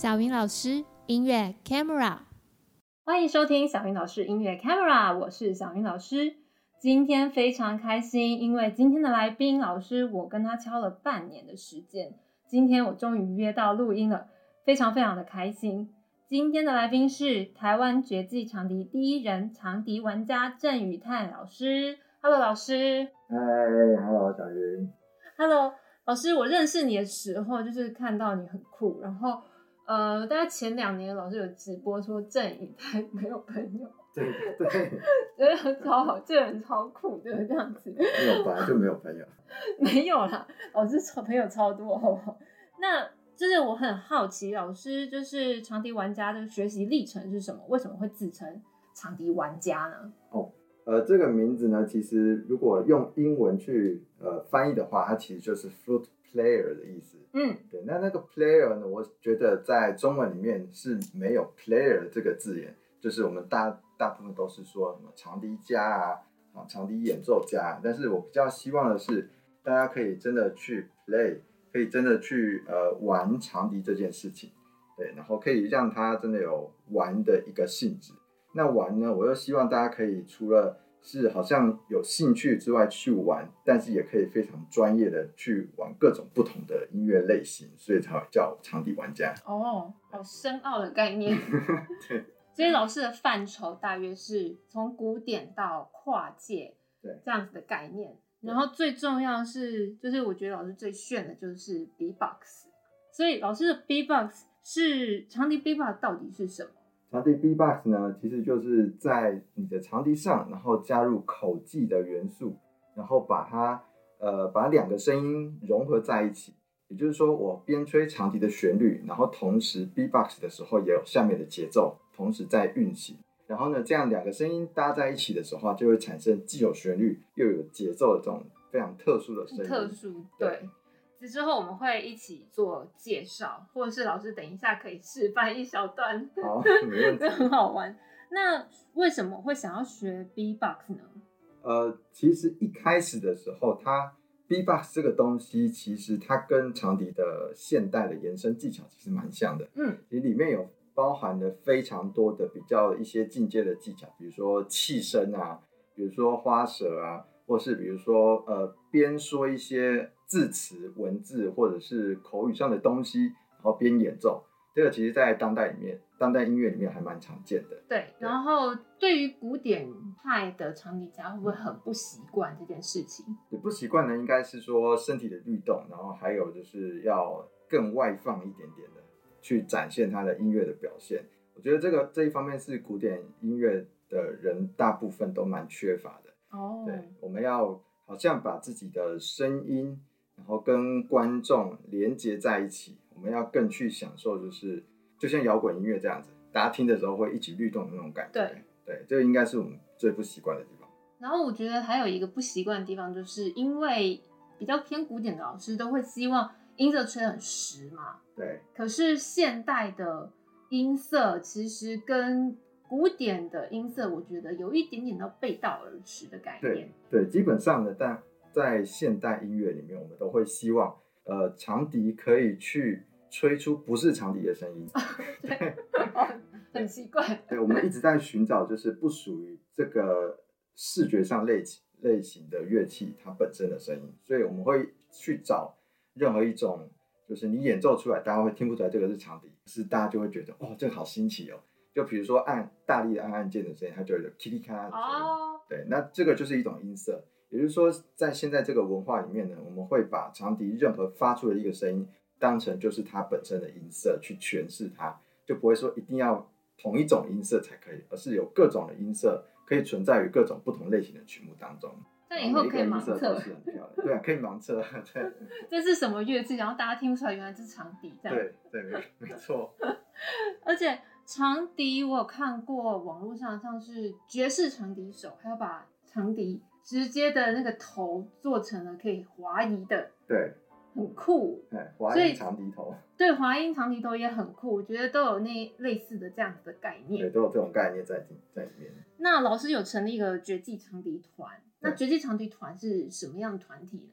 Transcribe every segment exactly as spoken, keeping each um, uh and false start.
小云老师音乐 Camera， 欢迎收听小云老师音乐 Camera， 我是小云老师。今天非常开心，因为今天的来宾老师我跟他敲了半年的时间，今天我终于约到录音了，非常非常的开心。今天的来宾是台湾绝技长笛第一人长笛玩家郑宇泰老师。 Hello 老师。 嗨 Hello 小云。 Hello 老师，我认识你的时候就是看到你很酷，然后呃，大概前两年老师有直播说郑宇泰没有朋友， 对对， 觉得超好，这个人超酷的这样子。 没有，本来就没有朋友。 没有啦，老师朋友超多，好不好？那就是我很好奇，老师就是长笛玩家的学习历程是什么？为什么会自称长笛玩家呢？ 哦，呃，这个名字呢，其实如果用英文去呃翻译的话，它其实就是 flute player 的意思。嗯，对。那那个 player 呢，我觉得在中文里面是没有 player 这个字眼，就是我们大大部分都是说什么长笛家啊，啊长笛演奏家。但是我比较希望的是，大家可以真的去 play。可以真的去呃玩长笛这件事情，对，然后可以让它真的有玩的一个性质。那玩呢，我又希望大家可以除了是好像有兴趣之外去玩，但是也可以非常专业的去玩各种不同的音乐类型，所以才会叫长笛玩家。 哦，好深奥的概念。 对， 所以老师的范畴大约是从古典到跨界，对，这样子的概念。然后最重要的是，就是我觉得老师最炫的就是 B-box， 所以老师的 B-box 是长笛 B-box 到底是什么？ 长笛 B-box 呢，其实就是在你的长笛上，然后加入口技的元素，然后把它呃把两个声音融合在一起。也就是说，我边吹长笛的旋律，然后同时 B-box 的时候也有下面的节奏，同时在运行。然后呢，这样两个声音搭在一起的时候，就会产生既有旋律又有节奏的这种非常特殊的声音。 特殊，对。之后我们会一起做介绍，或者是老师等一下可以示范一小段。 好，没问题。 这很好玩。那为什么会想要学 B-box 呢？ 呃，其实一开始的时候，它 B-box 这个东西，其实它跟长笛的现代的延伸技巧其实蛮像的。嗯，其实里面有包含了非常多的比较一些进阶的技巧，比如说气声啊，比如说花舌啊，或是比如说呃边说一些字词文字或者是口语上的东西，然后边演奏。这个其实在当代里面当代音乐里面还蛮常见的。 对, 对，然后对于古典派的长笛家会不会很不习惯这件事情？ 对，不习惯呢应该是说身体的律动，然后还有就是要更外放一点点的去展现他的音乐的表现。我觉得这个这一方面是古典音乐的人大部分都蛮缺乏的。哦，对，我们要好像把自己的声音，然后跟观众连接在一起，我们要更去享受，就是就像摇滚音乐这样子，大家听的时候会一起律动的那种感觉。对，对，这个应该是我们最不习惯的地方。 然后我觉得还有一个不习惯的地方，就是因为比较偏古典的老师都会希望音色吹得很实嘛，对。可是现代的音色其实跟古典的音色，我觉得有一点点到背道而驰的概念。 对，对，基本上呢，但在现代音乐里面，我们都会希望，呃，长笛可以去吹出不是长笛的声音。 对，很奇怪。 对，我们一直在寻找，就是不属于这个视觉上类类型的乐器它本身的声音，所以我们会去找任何一种，就是你演奏出来大家会听不出来这个是长笛，是大家就会觉得哦，这个好新奇哦。就比如说按大力的按按键的声音，它就有噼里咔啦的声音。哦，对，那这个就是一种音色。也就是说，在现在这个文化里面呢，我们会把长笛任何发出的一个声音当成就是它本身的音色去诠释它，就不会说一定要同一种音色才可以，而是有各种的音色可以存在于各种不同类型的曲目当中。 那以后可以盲测， 对啊，可以盲测。对， 这是什么乐器？然后大家听不出来，原来这是长笛，这样。 对对，没没错。 而且长笛我有看过网络上像是爵士长笛手，还有把长笛直接的那个头做成了可以滑移的，对，很酷。 对，滑音长笛头。 对，滑音长笛头也很酷，我觉得都有那类似的这样子的概念。 对，都有这种概念在在里面。 那老师有成立一个绝技长笛团，那绝技长笛团是什么样的团体呢？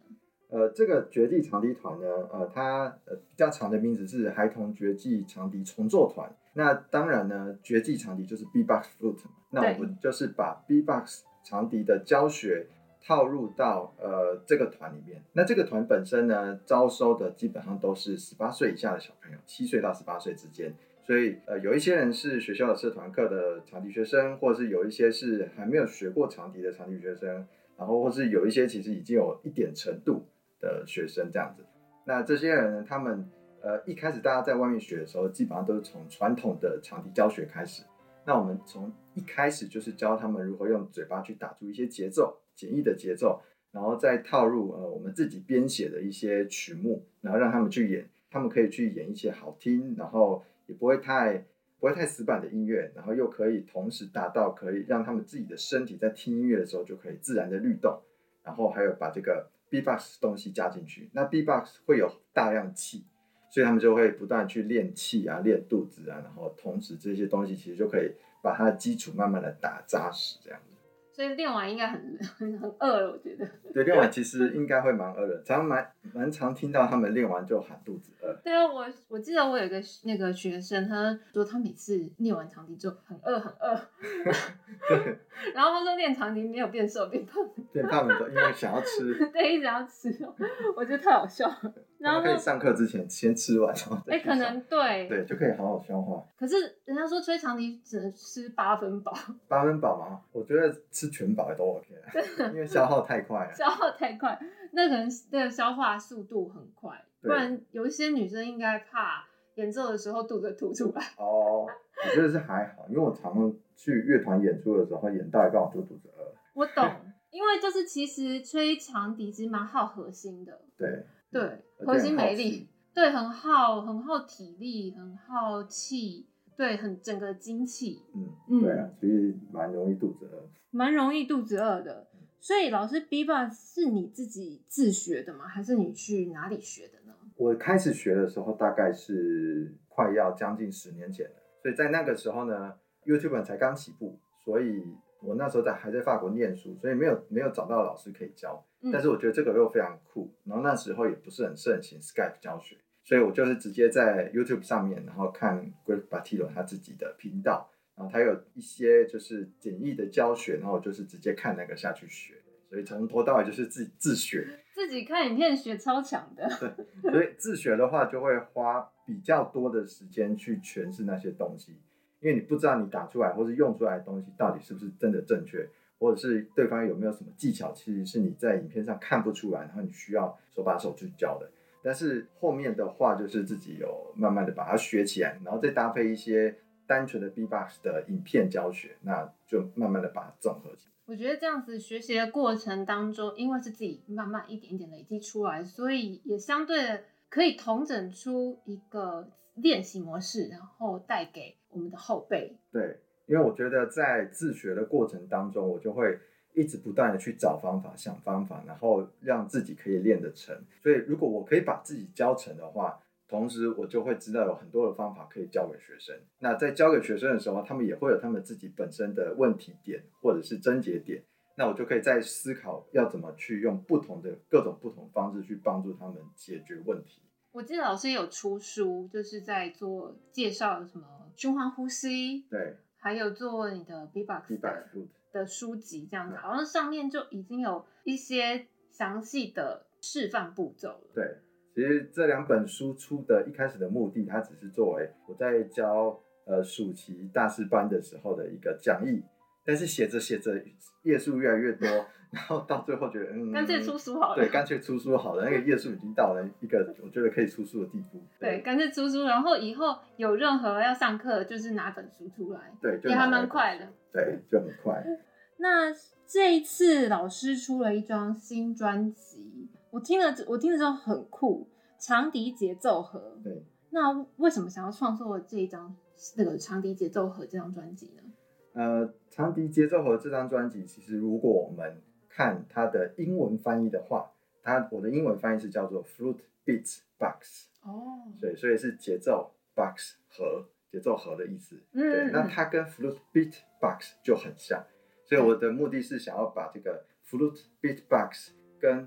呃，这个绝技长笛团呢，呃，它呃比较长的名字是孩童绝技长笛重奏团。那当然呢，绝技长笛就是 B-box flute 嘛，那我们就是把 B-box 长笛的教学套入到呃这个团里面。那这个团本身呢，招收的基本上都是十八岁以下的小朋友，七岁到十八岁之间。所以呃，有一些人是学校的社团课的长笛学生，或者是有一些是还没有学过长笛的长笛学生，然后或是有一些其实已经有一点程度的学生这样子。那这些人呢，他们呃一开始大家在外面学的时候，基本上都是从传统的长笛教学开始。那我们从一开始就是教他们如何用嘴巴去打出一些节奏，简易的节奏，然后再套入呃我们自己编写的一些曲目，然后让他们去演，他们可以去演一些好听，然后也不会太不会太死板的音乐，然后又可以同时达到可以让他们自己的身体在听音乐的时候就可以自然的律动，然后还有把这个 B-box 东西加进去。那 B-box 会有大量气，所以他们就会不断去练气啊，练肚子啊，然后同时这些东西其实就可以把它的基础慢慢的打扎实这样子。 所以练完应该很很很饿了，我觉得。 对，练完其实应该会蛮饿的，常蛮蛮常听到他们练完就喊肚子饿。 对啊，我我记得我有一个那个学生，他说他每次练完长笛之后很饿很饿，对，然后他说练长笛没有变瘦变胖， 变胖的因为想要吃， 对，一直要吃，我觉得太好笑了。然后可以上课之前先吃完，然后再去上。 哎，可能对， 对，就可以好好消化。 可是人家说吹长笛只能吃八分饱， 八分饱吗？我觉得吃全饱也都 OK 了，因为消耗太快了。 消耗太快，那可能那个消化速度很快，不然有一些女生应该怕演奏的时候肚子凸出来。 哦，我觉得是还好，因为我常常去乐团演出的时候，演到一半我就肚子饿。 我懂，因为就是其实吹长笛其实蛮耗核心的。 对对，核心没力，对，很耗很耗体力，很耗气，对，很整个精气。 嗯，对啊，所以蛮容易肚子饿， 蛮容易肚子饿的。所以老师 B-box 是你自己自学的吗？还是你去哪里学的呢？ 我开始学的时候大概是快要将近十年前了，所以在那个时候呢 ，YouTube 才刚起步，所以我那时候在还在法国念书，所以没有没有找到老师可以教。嗯、但是我觉得这个又非常酷，然后那时候也不是很盛行 Skype 教学，所以我就是直接在 YouTube 上面，然后看 Greg Batillo 他自己的频道。然后他有一些就是简易的教学，然后我就是直接看那个下去学，所以从头到尾就是自己自学， 自己看影片学超强的。 对，所以自学的话就会花比较多的时间去诠释那些东西，因为你不知道你打出来或是用出来的东西到底是不是真的正确，或者是对方有没有什么技巧，其实是你在影片上看不出来，然后你需要手把手去教的。但是后面的话就是自己有慢慢的把它学起来，然后再搭配一些单纯的 B-box 的影片教学，那就慢慢的把它综合起来。 我觉得这样子学习的过程当中，因为是自己慢慢一点点累积出来，所以也相对的可以统整出一个练习模式，然后带给我们的后辈。 对，因为我觉得在自学的过程当中，我就会一直不断的去找方法、想方法，然后让自己可以练得成。所以如果我可以把自己教成的话，同时我就会知道有很多的方法可以教给学生。那在教给学生的时候，他们也会有他们自己本身的问题点或者是症结点，那我就可以再思考要怎么去用不同的各种不同方式去帮助他们解决问题。 我记得老师也有出书，就是在做介绍什么循环呼吸， 对， 还有做你的 B-box 的, 的书籍这样子，好像上面就已经有一些详细的示范步骤了。 对，其实这两本书出的一开始的目的，它只是作为我在教呃暑期大师班的时候的一个讲义，但是写着写着页数越来越多，然后到最后觉得嗯， 干脆出书好了。 对，干脆出书好了，那个页数已经到了一个我觉得可以出书的地步。 对，干脆出书，然后以后有任何要上课，就是拿本书出来， 对， 也还蛮快的。 对，就很快。 那这一次老师出了一张新专辑，我听了我听了之后很酷，长笛节奏盒。 对， 那为什么想要创作这一张那个长笛节奏盒这张专辑呢？ 呃，长笛节奏盒这张专辑，其实如果我们看它的英文翻译的话，它我的英文翻译是叫做 Flute Beat Box。哦，对，所以是节奏 box 盒，节奏盒的意思。嗯，对，那它跟 Flute Beat Box 就很像，所以我的目的是想要把这个 Flute Beat Box 跟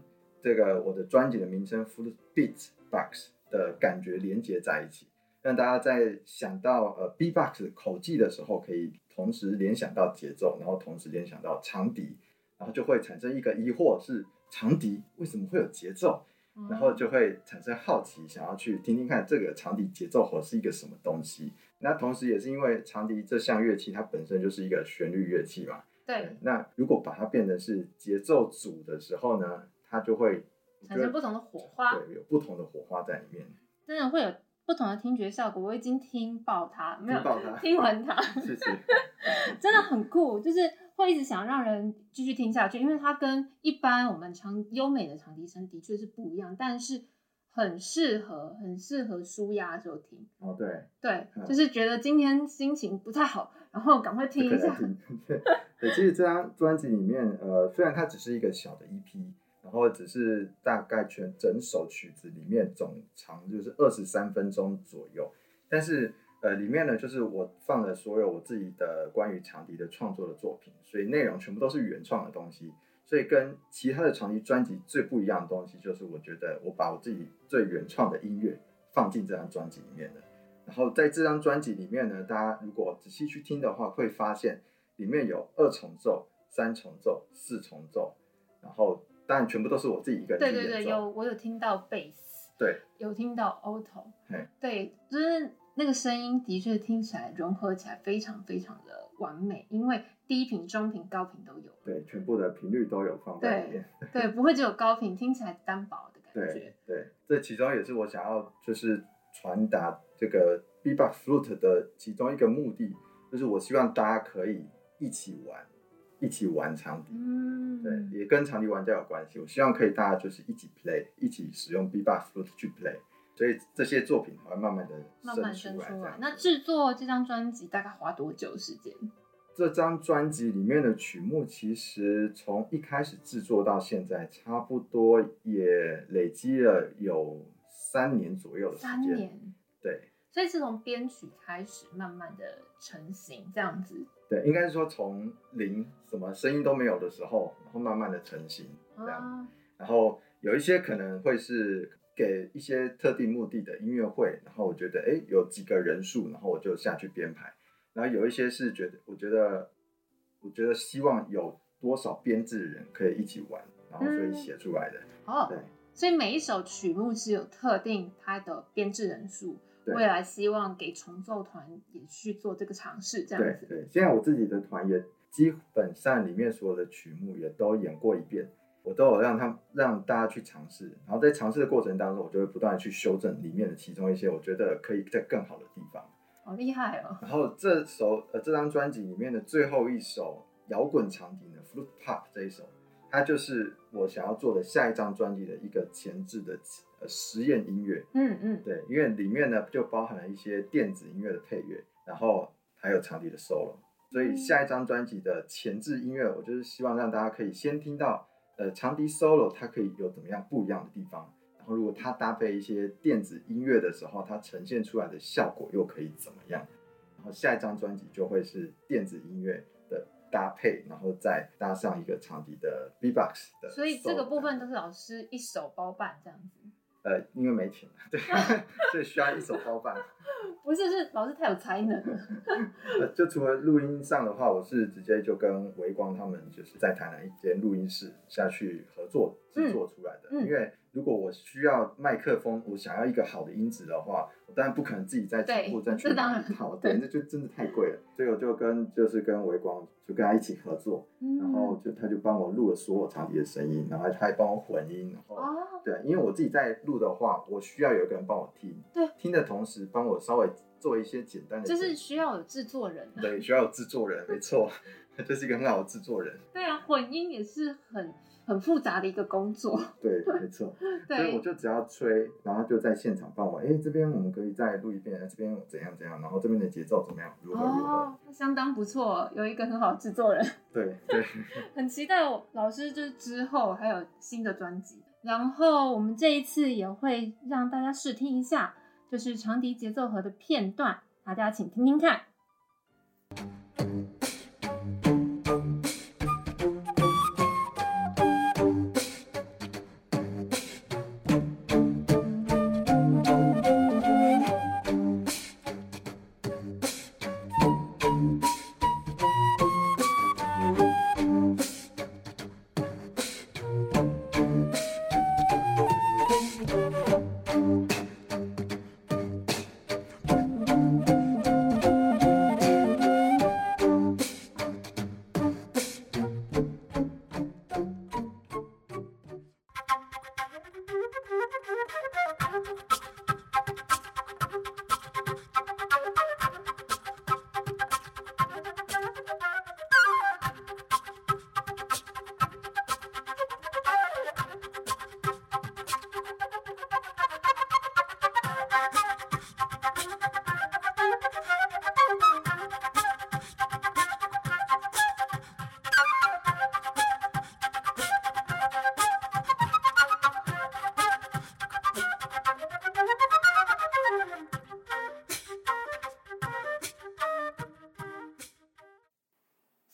这个我的专辑的名称 Flute Beat Box 的感觉连接在一起，让大家在想到呃 beatbox 口技的时候，可以同时联想到节奏，然后同时联想到长笛，然后就会产生一个疑惑，是长笛为什么会有节奏？然后就会产生好奇，想要去听听看这个长笛节奏盒是一个什么东西。那同时也是因为长笛这项乐器它本身就是一个旋律乐器嘛， 对。 那如果把它变成是节奏组的时候呢，它就会产生不同的火花， 对，有不同的火花在里面， 真的会有不同的听觉效果。我已经听爆它，没有听爆它， 听完它， 谢谢。 真的很酷，就是会一直想让人继续听下去，因为它跟一般我们长优美的长笛声的确是不一样，但是很适合很适合抒压的时候听。 哦，对对、 嗯， 就是觉得今天心情不太好，然后赶快听一下。 对，对，其实这张专辑里面，呃，虽然它只是一个小的 E P， 然后只是大概全整首曲子里面总长就是二十三分钟左右，但是呃，里面呢就是我放了所有我自己的关于长笛的创作的作品，所以内容全部都是原创的东西。所以跟其他的长笛专辑最不一样的东西，就是我觉得我把我自己最原创的音乐放进这张专辑里面了。然后在这张专辑里面呢，大家如果仔细去听的话，会发现里面有二重奏、三重奏、四重奏，然后当然全部都是我自己一个人去演奏。 对对对，有我有听到 bass， 对， 有听到 alto， 对，就是那个声音的确听起来融合起来非常非常的完美，因为低频、中频、高频都有。 对，全部的频率都有放在里面。 对，对，不会只有高频，听起来单薄的感觉。 对对，这其中也是我想要就是传达这个 bebop flute 的其中一个目的，就是我希望大家可以一起玩，一起玩长笛。嗯，对，也跟长笛玩家有关系。我希望可以大家就是一起 play， 一起使用 bebop flute 去 play。所以这些作品会慢慢的慢慢生出来。那制作这张专辑大概花多久时间？ 这张专辑里面的曲目，其实从一开始制作到现在，差不多也累积了有三年左右的时间。 三年， 对。 所以是从编曲开始，慢慢的成型这样子。 对，应该是说从零什么声音都没有的时候，然后慢慢的成型这样。啊、然后有一些可能会是给一些特定目的的音乐会，然后我觉得哎有几个人数，然后我就下去编排。然后有一些是觉得，我觉得，我觉得希望有多少编制人可以一起玩，然后所以写出来的。嗯、 哦，对，所以每一首曲目是有特定它的编制人数，未来希望给重奏团也去做这个尝试，这样子。 对对，现在我自己的团也基本上里面所有的曲目也都演过一遍，我都有让他让大家去尝试，然后在尝试的过程当中，我就会不断的去修正里面的其中一些我觉得可以在更好的地方。 好厉害哦！ 然后这首呃这张专辑里面的最后一首摇滚长笛的 Flute Pop 这一首，它就是我想要做的下一张专辑的一个前置的呃实验音乐。嗯嗯，对，因为里面呢就包含了一些电子音乐的配乐，然后还有长笛的 solo， 所以下一张专辑的前置音乐，我就是希望让大家可以先听到呃长笛 solo 它可以有怎么样不一样的地方。然后如果它搭配一些电子音乐的时候，它呈现出来的效果又可以怎么样？然后下一张专辑就会是电子音乐的搭配，然后再搭上一个长笛的 B-box 的， 所以这个部分都是老师一手包办这样子。 呃，因为没钱，对，所以需要一手包办。 不是，是老师太有才能了。 呃，就除了录音上的话，我是直接就跟微光他们就是在台南一间录音室下去合作制作出来的。嗯嗯、因为如果我需要麦克风，我想要一个好的音质的话，我当然不可能自己在仓库再去买一套，对，那就真的太贵了。所以我就跟就是跟微光就跟他一起合作，嗯、然后就他就帮我录了所有长笛的声音，然后他还帮我混音，然后、哦、对，因为我自己在录的话，我需要有一个人帮我听，对，听的同时帮我稍微做一些简单的， 就是需要有制作人、啊， 对，需要有制作人，没错，这是一个很好的制作人。 对啊，混音也是很很复杂的一个工作。 对，没错。所以我就只要吹，然后就在现场帮我，哎，这边我们可以再录一遍，这边怎样怎样，然后这边的节奏怎么样，如何如何。 哦，相当不错，有一个很好的制作人。 对对。 很期待老师就是之后还有新的专辑，然后我们这一次也会让大家试听一下。就是长笛节奏盒的片段，大家请听听看。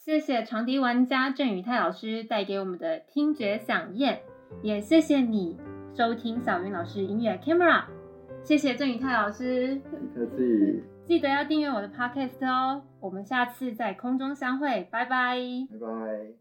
谢谢长笛玩家郑宇泰老师带给我们的听觉飨宴，也谢谢你收听小云老师音乐 Camera。谢谢郑宇泰老师， 不客气， 记得要订阅我的 Podcast 哦。我们下次在空中相会，拜拜， 拜拜。